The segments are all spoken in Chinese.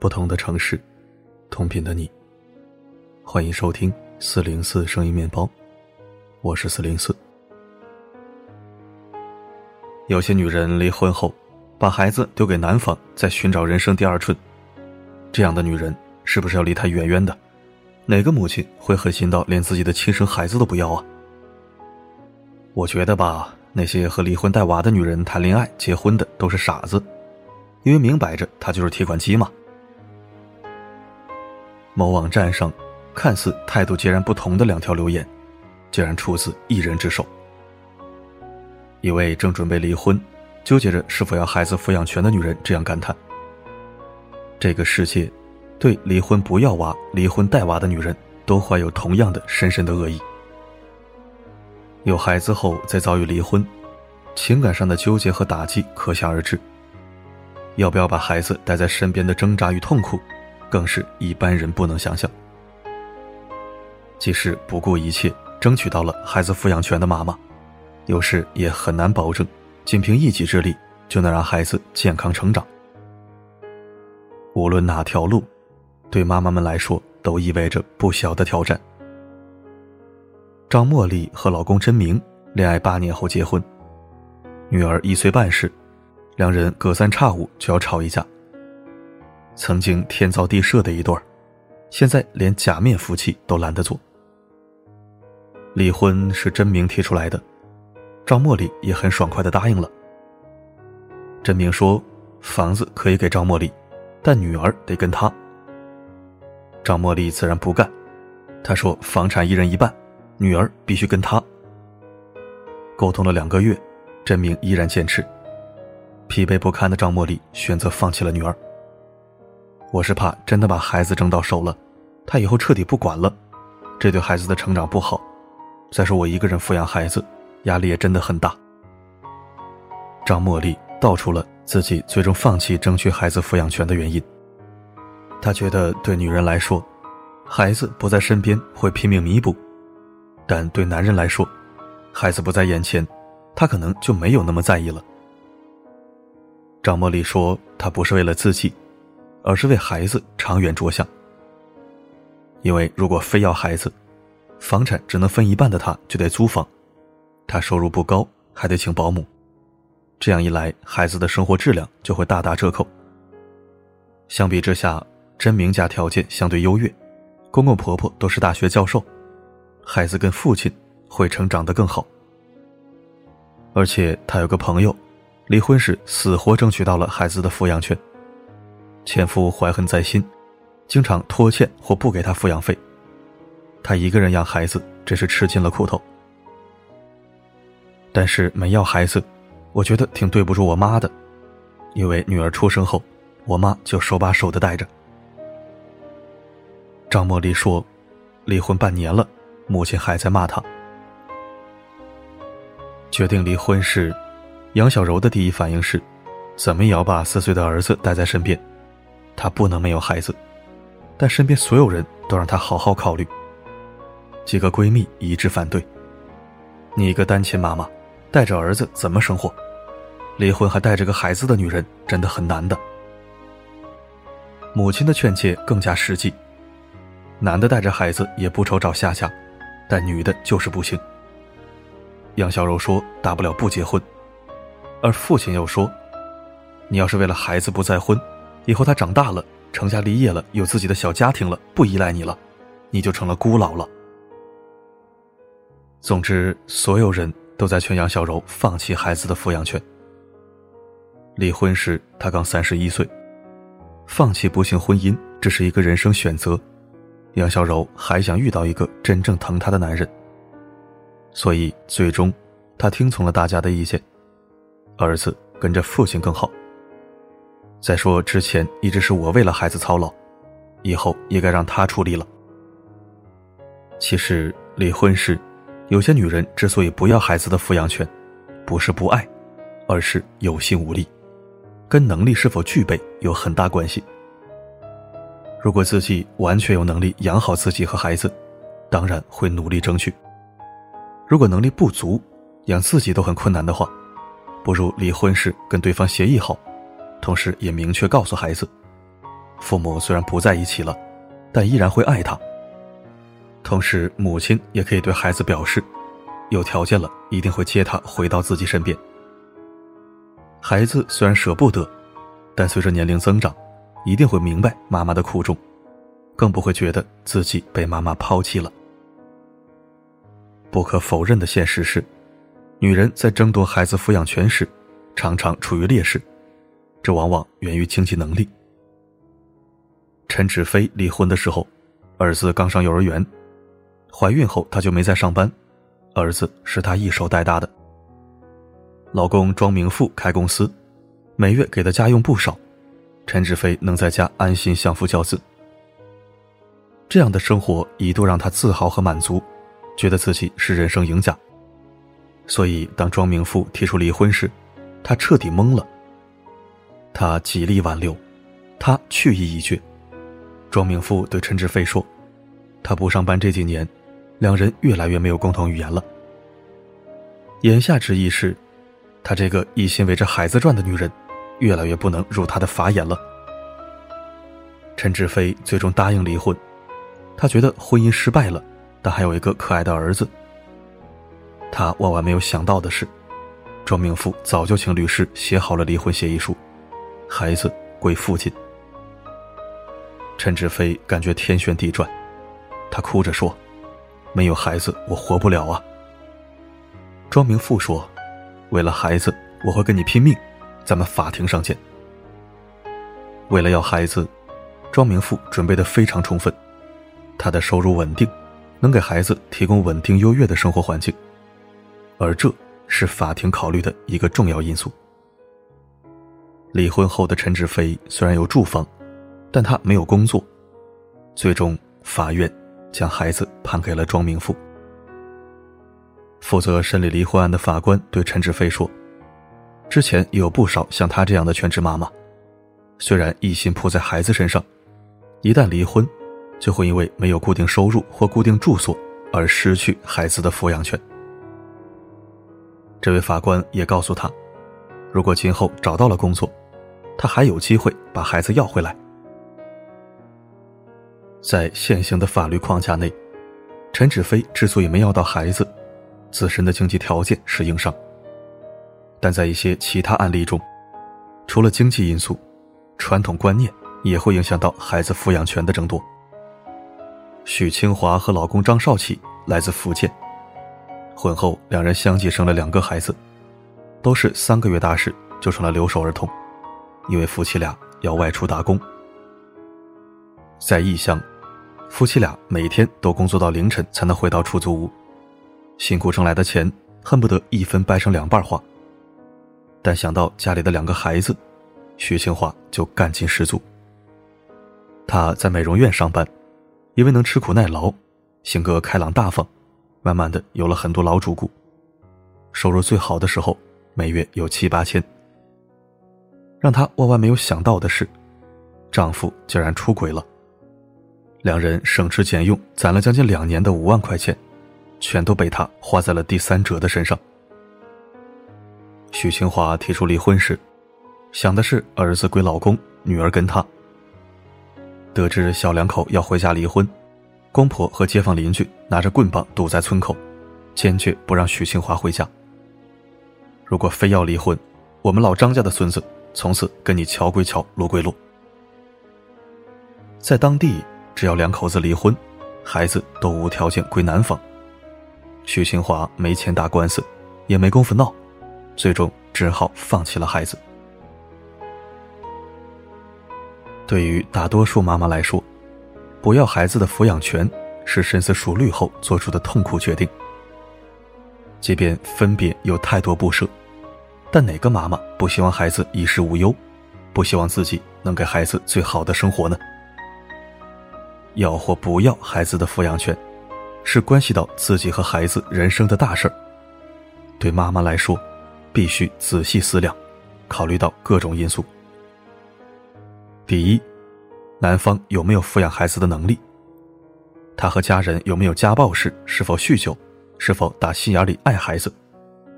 不同的城市，同频的你。欢迎收听404声音面包，我是404。有些女人离婚后把孩子丢给男方，再寻找人生第二春，这样的女人是不是要离她远远的？哪个母亲会狠心到连自己的亲生孩子都不要啊？我觉得吧，那些和离婚带娃的女人谈恋爱结婚的都是傻子，因为明摆着她就是提款机嘛。某网站上看似态度截然不同的两条留言，竟然出自一人之手。一位正准备离婚，纠结着是否要孩子抚养权的女人这样感叹：这个世界对离婚不要娃、离婚带娃的女人都怀有同样的深深的恶意。有孩子后再遭遇离婚，情感上的纠结和打击可想而知，要不要把孩子带在身边的挣扎与痛苦更是一般人不能想象。即使不顾一切争取到了孩子抚养权的妈妈，有时也很难保证仅凭一己之力就能让孩子健康成长。无论哪条路，对妈妈们来说都意味着不小的挑战。张茉莉和老公真明恋爱8年后结婚，女儿1岁半时，两人隔三差五就要吵一架。曾经天造地设的一对儿，现在连假面夫妻都懒得做。离婚是真明提出来的，张茉莉也很爽快地答应了。真明说房子可以给张茉莉，但女儿得跟他。张茉莉自然不干，她说房产1人1半，女儿必须跟他。沟通了2个月，真明依然坚持。疲惫不堪的张茉莉选择放弃了女儿。我是怕真的把孩子争到手了，他以后彻底不管了，这对孩子的成长不好。再说我一个人抚养孩子，压力也真的很大。张茉莉道出了自己最终放弃争取孩子抚养权的原因。她觉得对女人来说，孩子不在身边会拼命弥补，但对男人来说，孩子不在眼前，他可能就没有那么在意了。张茉莉说她不是为了自己，而是为孩子长远着想。因为如果非要孩子，房产只能分1半的他就得租房，他收入不高，还得请保姆，这样一来孩子的生活质量就会大打折扣。相比之下，真明家条件相对优越，公公婆婆都是大学教授，孩子跟父亲会成长得更好。而且他有个朋友，离婚时死活争取到了孩子的抚养权，前夫怀恨在心，经常拖欠或不给他抚养费，他一个人养孩子真是吃尽了苦头。但是没要孩子，我觉得挺对不住我妈的，因为女儿出生后，我妈就手把手地带着。张茉莉说离婚半年了，母亲还在骂她。决定离婚时，杨小柔的第一反应是怎么也要把4岁的儿子带在身边，她不能没有孩子，但身边所有人都让她好好考虑。几个闺蜜一致反对，你一个单亲妈妈带着儿子怎么生活？离婚还带着个孩子的女人真的很难的。母亲的劝诫更加实际，男的带着孩子也不愁找下家，但女的就是不行。杨小柔说大不了不结婚，而父亲又说你要是为了孩子不再婚，以后他长大了，成家立业了，有自己的小家庭了，不依赖你了，你就成了孤老了。总之，所有人都在劝杨小柔放弃孩子的抚养权。离婚时她刚31岁，放弃不幸婚姻只是一个人生选择，杨小柔还想遇到一个真正疼她的男人，所以最终她听从了大家的意见，儿子跟着父亲更好。再说之前一直是我为了孩子操劳，以后也该让他处理了。其实离婚时，有些女人之所以不要孩子的抚养权，不是不爱，而是有心无力，跟能力是否具备有很大关系。如果自己完全有能力养好自己和孩子，当然会努力争取。如果能力不足，养自己都很困难的话，不如离婚时跟对方协议好，同时也明确告诉孩子， 父母虽然不在一起了，但依然会爱他。同时母亲也可以对孩子表示，有条件了一定会接他回到自己身边。孩子虽然舍不得，但随着年龄增长，一定会明白妈妈的苦衷，更不会觉得自己被妈妈抛弃了。不可否认的现实是，女人在争夺孩子抚养权时常常处于劣势，这往往源于经济能力。陈芷飞离婚的时候，儿子刚上幼儿园，怀孕后她就没再上班，儿子是她一手带大的。老公庄明富开公司，每月给的家用不少，陈芷飞能在家安心相夫教子。这样的生活一度让她自豪和满足，觉得自己是人生赢家。所以当庄明富提出离婚时，她彻底懵了。她极力挽留，她去意已决。庄明富对陈芷飞说，他不上班这几年，两人越来越没有共同语言了。言下之意是，她这个一心围着孩子转的女人越来越不能入他的法眼了。陈芷飞最终答应离婚，她觉得婚姻失败了，但还有一个可爱的儿子。她万万没有想到的是，庄明富早就请律师写好了离婚协议书，孩子归父亲。陈芷飞感觉天旋地转，她哭着说，没有孩子我活不了啊。庄明富说，为了孩子我会跟你拼命，咱们法庭上见。为了要孩子，庄明富准备得非常充分，他的收入稳定，能给孩子提供稳定优越的生活环境，而这是法庭考虑的一个重要因素。离婚后的陈芷飞虽然有住房，但他没有工作，最终法院将孩子判给了庄明富。负责审理离婚案的法官对陈芷飞说，之前也有不少像她这样的全职妈妈，虽然一心扑在孩子身上，一旦离婚就会因为没有固定收入或固定住所而失去孩子的抚养权。这位法官也告诉他，如果今后找到了工作，他还有机会把孩子要回来。在现行的法律框架内，陈芷飞之所以没要到孩子，自身的经济条件是硬伤。但在一些其他案例中，除了经济因素，传统观念也会影响到孩子抚养权的争夺。许清华和老公张少启来自福建，婚后两人相继生了2个孩子，都是3个月大时就成了留守儿童，因为夫妻俩要外出打工。在异乡，夫妻俩每天都工作到凌晨才能回到出租屋，辛苦挣来的钱恨不得1分掰成2半花。但想到家里的2个孩子，许清华就干劲十足。她在美容院上班，因为能吃苦耐劳，性格开朗大方，慢慢的有了很多老主顾，收入最好的时候每月有7、8千。让她万万没有想到的是，丈夫竟然出轨了。两人省吃俭用攒了将近2年的5万块钱，全都被他花在了第三者的身上。许清华提出离婚时，想的是儿子归老公，女儿跟他。得知小两口要回家离婚，公婆和街坊邻居拿着棍棒堵在村口，坚决不让许清华回家。如果非要离婚，我们老张家的孙子从此跟你桥归桥，路归路。在当地，只要2口子离婚，孩子都无条件归男方。许清华没钱打官司，也没工夫闹，最终只好放弃了孩子。对于大多数妈妈来说，不要孩子的抚养权是深思熟虑后做出的痛苦决定。即便分别有太多不舍，但哪个妈妈不希望孩子衣食无忧，不希望自己能给孩子最好的生活呢？要或不要孩子的抚养权，是关系到自己和孩子人生的大事儿。对妈妈来说，必须仔细思量，考虑到各种因素。第一，男方有没有抚养孩子的能力？他和家人有没有家暴史，是否酗酒，是否打心眼里爱孩子？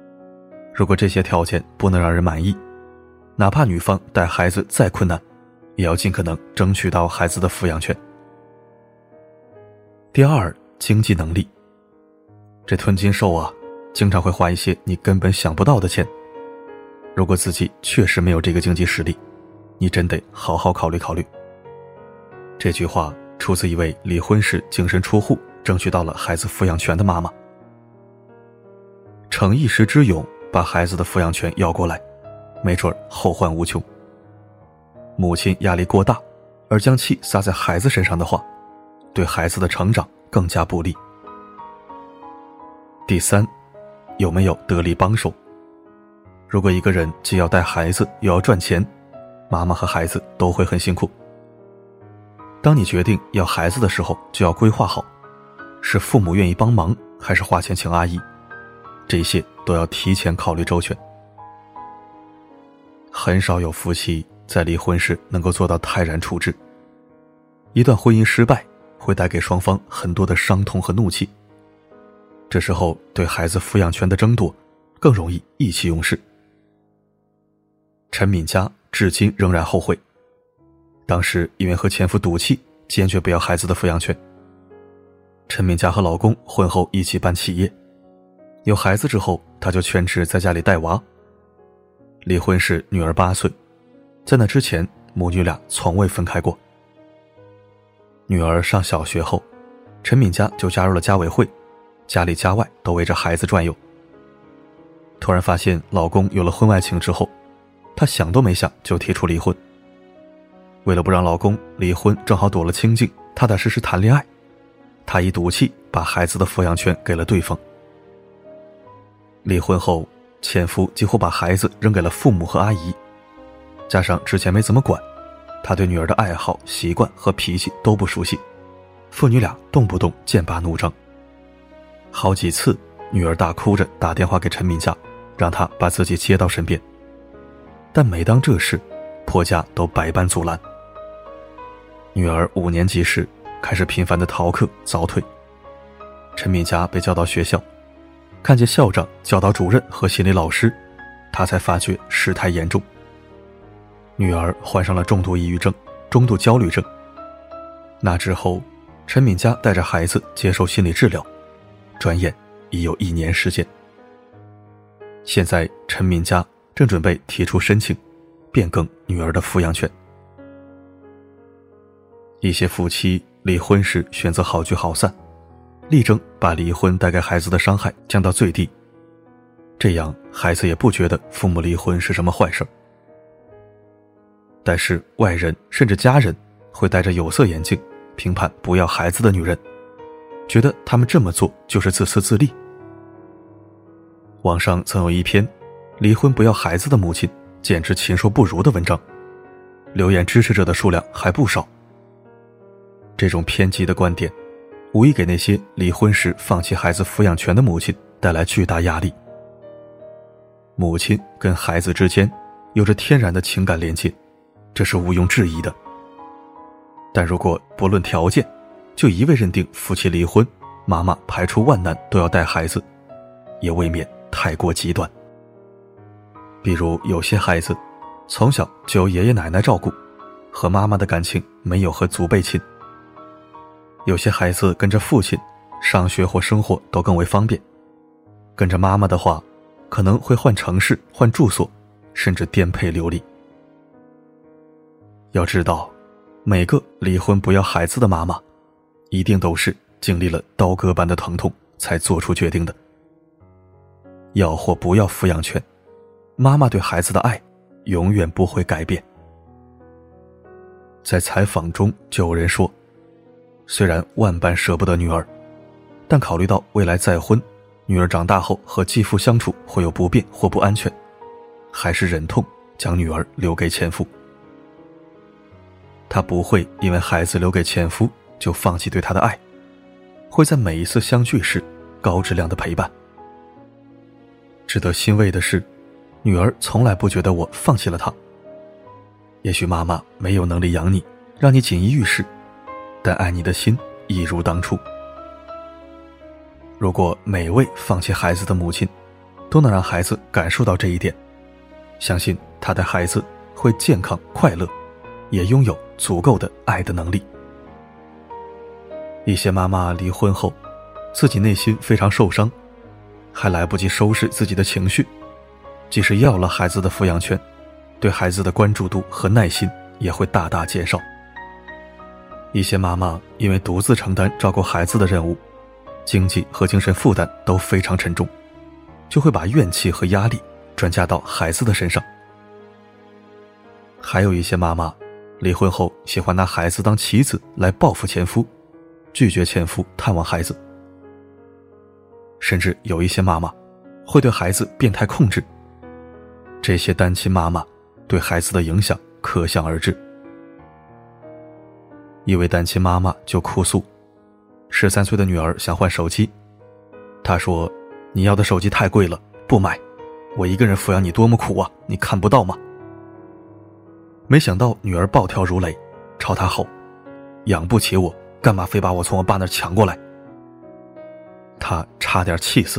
如果这些条件不能让人满意，哪怕女方带孩子再困难， 也要尽可能争取到孩子的抚养权。第二，经济能力。这吞金兽啊，经常会花一些你根本想不到的钱。如果自己确实没有这个经济实力，你真得好好考虑考虑。这句话出自一位离婚时净身出户争取到了孩子抚养权的妈妈。逞一时之勇把孩子的抚养权要过来，没准后患无穷。母亲压力过大，而将气撒在孩子身上的话，对孩子的成长更加不利。第三，有没有得力帮手？如果一个人既要带孩子又要赚钱，妈妈和孩子都会很辛苦。当你决定要孩子的时候，就要规划好，是父母愿意帮忙，还是花钱请阿姨，这些都要提前考虑周全。很少有夫妻在离婚时能够做到泰然处之。一段婚姻失败会带给双方很多的伤痛和怒气，这时候对孩子抚养权的争夺更容易意气用事。陈敏佳至今仍然后悔，当时因为和前夫赌气，坚决不要孩子的抚养权。陈敏佳和老公婚后一起办企业，有孩子之后，她就全职在家里带娃。离婚时女儿8岁，在那之前母女俩从未分开过。女儿上小学后，陈敏佳就加入了家委会，家里家外都围着孩子转悠。突然发现老公有了婚外情之后，她想都没想就提出离婚。为了不让老公离婚正好躲了清静，踏踏实实谈恋爱，她一赌气把孩子的抚养权给了对方。离婚后，前夫几乎把孩子扔给了父母和阿姨，加上之前没怎么管，他对女儿的爱好、习惯和脾气都不熟悉，父女俩动不动剑拔弩张。好几次女儿大哭着打电话给陈敏佳，让她把自己接到身边，但每当这时，婆家都百般阻拦。女儿5年级时开始频繁的逃课早退，陈敏佳被叫到学校，看见校长、教导主任和心理老师，她才发觉事态严重。女儿患上了重度抑郁症、中度焦虑症。那之后，陈敏佳带着孩子接受心理治疗，转眼已有1年时间。现在陈敏佳正准备提出申请，变更女儿的抚养权。一些夫妻离婚时选择好聚好散，力争把离婚带给孩子的伤害降到最低，这样孩子也不觉得父母离婚是什么坏事。但是外人甚至家人会戴着有色眼镜评判不要孩子的女人，觉得他们这么做就是自私自利。网上曾有一篇离婚不要孩子的母亲简直禽兽不如的文章，留言支持者的数量还不少。这种偏激的观点无疑给那些离婚时放弃孩子抚养权的母亲带来巨大压力。母亲跟孩子之间有着天然的情感连接，这是毋庸置疑的。但如果不论条件就一味认定夫妻离婚，妈妈排除万难都要带孩子，也未免太过极端。比如有些孩子从小就由爷爷奶奶照顾，和妈妈的感情没有和祖辈亲。有些孩子跟着父亲上学或生活都更为方便，跟着妈妈的话可能会换城市、换住所，甚至颠沛流离。要知道，每个离婚不要孩子的妈妈一定都是经历了刀割般的疼痛才做出决定的。要或不要抚养权，妈妈对孩子的爱永远不会改变。在采访中就有人说，虽然万般舍不得女儿，但考虑到未来再婚，女儿长大后和继父相处会有不便或不安全，还是忍痛将女儿留给前夫。他不会因为孩子留给前夫就放弃对他的爱，会在每一次相聚时高质量的陪伴。值得欣慰的是，女儿从来不觉得我放弃了她。也许妈妈没有能力养你，让你锦衣玉食，但爱你的心一如当初。如果每位放弃孩子的母亲都能让孩子感受到这一点，相信他的孩子会健康快乐， 也拥有足够的爱的能力。一些妈妈离婚后，自己内心非常受伤，还来不及收拾自己的情绪，即使要了孩子的抚养权，对孩子的关注度和耐心也会大大减少。一些妈妈因为独自承担照顾孩子的任务，经济和精神负担都非常沉重，就会把怨气和压力转嫁到孩子的身上。还有一些妈妈离婚后喜欢拿孩子当棋子来报复前夫，拒绝前夫探望孩子。甚至有一些妈妈会对孩子变态控制，这些单亲妈妈对孩子的影响可想而知。一位单亲妈妈就哭诉，13岁的女儿想换手机，她说：“你要的手机太贵了，不买，我一个人抚养你多么苦啊，你看不到吗？”没想到女儿暴跳如雷，朝她吼：“养不起我，干嘛非把我从我爸那儿抢过来？”她差点气死。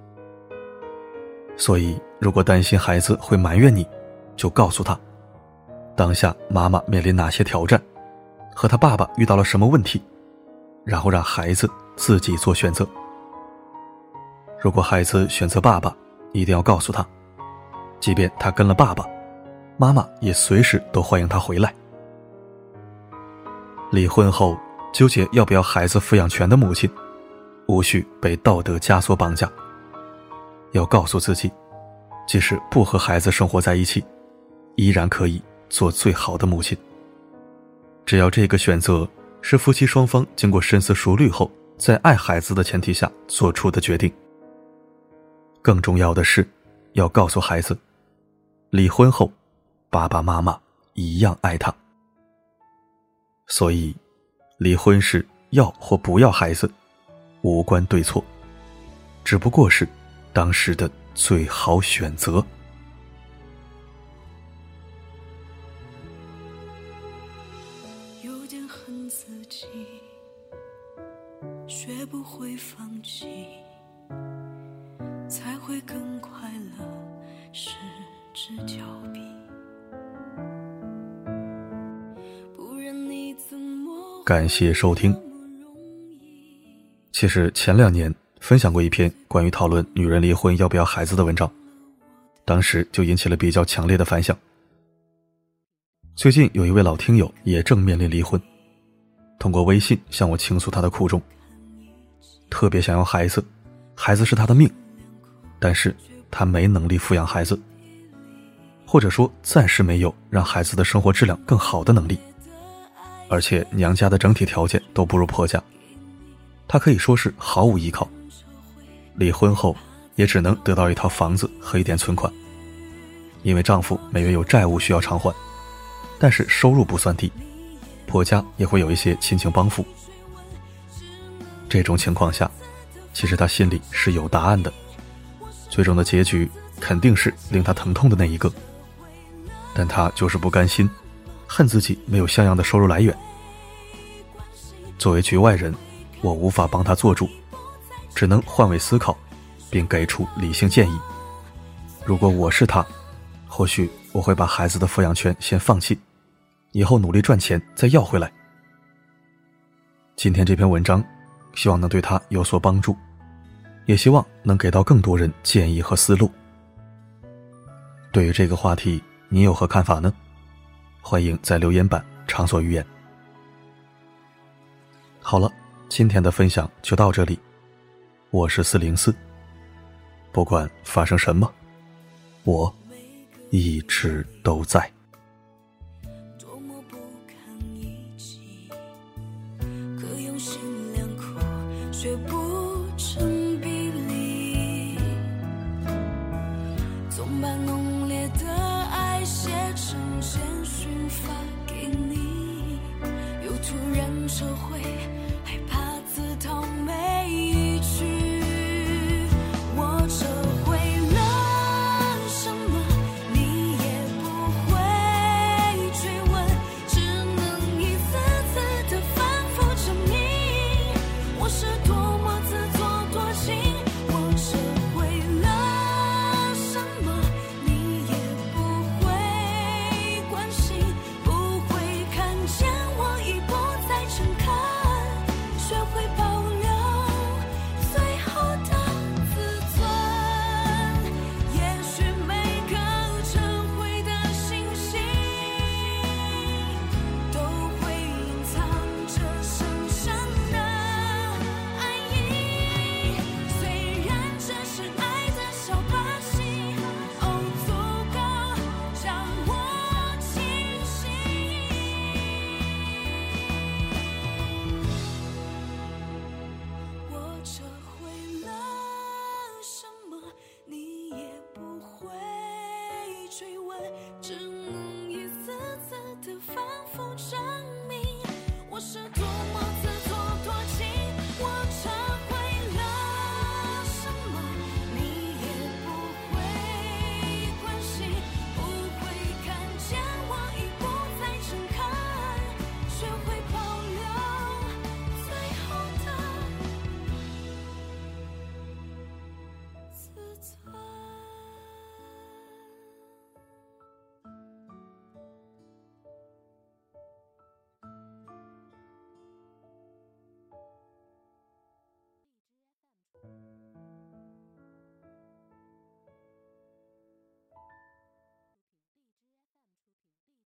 所以如果担心孩子会埋怨你，就告诉他，当下妈妈面临哪些挑战，和他爸爸遇到了什么问题，然后让孩子自己做选择。如果孩子选择爸爸，一定要告诉他，即便他跟了爸爸，妈妈也随时都欢迎他回来。离婚后纠结要不要孩子抚养权的母亲，无需被道德枷锁绑架，要告诉自己，即使不和孩子生活在一起，依然可以做最好的母亲。只要这个选择是夫妻双方经过深思熟虑后，在爱孩子的前提下做出的决定。更重要的是，要告诉孩子，离婚后爸爸妈妈一样爱他。所以离婚时要或不要孩子无关对错，只不过是当时的最好选择。 有点恨自己，学不会放弃，才会更快乐，失之交臂。不然你怎么感谢收听。其实前2年分享过一篇关于讨论女人离婚要不要孩子的文章，当时就引起了比较强烈的反响。最近有一位老听友也正面临离婚，通过微信向我倾诉他的苦衷，特别想要孩子，孩子是他的命，但是他没能力抚养孩子，或者说暂时没有让孩子的生活质量更好的能力，而且娘家的整体条件都不如婆家，他可以说是毫无依靠，离婚后也只能得到一套房子和一点存款，因为丈夫每月有债务需要偿还，但是收入不算低，婆家也会有一些亲情帮扶。这种情况下，其实他心里是有答案的，最终的结局肯定是令他疼痛的那一个，但他就是不甘心，恨自己没有像样的收入来源。作为局外人，我无法帮他做主，只能换位思考，并给出理性建议。如果我是他，或许我会把孩子的抚养权先放弃，以后努力赚钱再要回来。今天这篇文章希望能对他有所帮助，也希望能给到更多人建议和思路。对于这个话题，你有何看法呢？欢迎在留言板畅所欲言。好了，今天的分享就到这里，我是404，不管发生什么，我一直都在。 多么不堪一击，可用心良苦却不成比例，总把浓烈的爱写成简讯发给你，又突然撤回